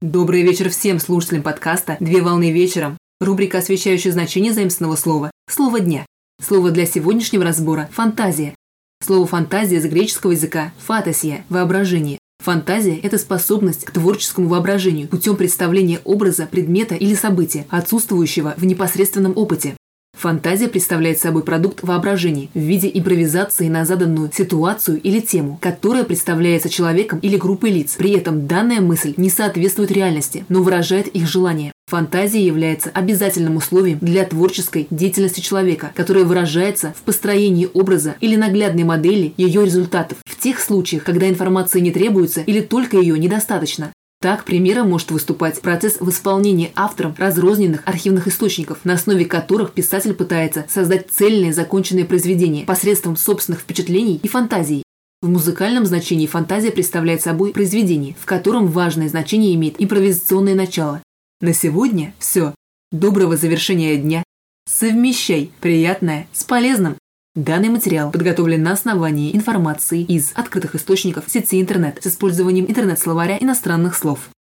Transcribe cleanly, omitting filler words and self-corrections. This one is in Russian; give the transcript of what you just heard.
Добрый вечер всем слушателям подкаста «Две волны вечером». Рубрика, освещающая значение заимственного слова «Слово дня». Слово для сегодняшнего разбора – фантазия. Слово «фантазия» из греческого языка «фантасия» – воображение. Фантазия – это способность к творческому воображению путем представления образа, предмета или события, отсутствующего в непосредственном опыте. Фантазия представляет собой продукт воображения в виде импровизации на заданную ситуацию или тему, которая представляется человеком или группой лиц. При этом данная мысль не соответствует реальности, но выражает их желание. Фантазия является обязательным условием для творческой деятельности человека, которая выражается в построении образа или наглядной модели ее результатов, в тех случаях, когда информации не требуется или только ее недостаточно. Так, примером может выступать процесс восполнения автором разрозненных архивных источников, на основе которых писатель пытается создать цельное законченное произведение посредством собственных впечатлений и фантазий. В музыкальном значении фантазия представляет собой произведение, в котором важное значение имеет импровизационное начало. На сегодня все. Доброго завершения дня. Совмещай приятное с полезным. Данный материал подготовлен на основании информации из открытых источников сети интернет с использованием интернет-словаря иностранных слов.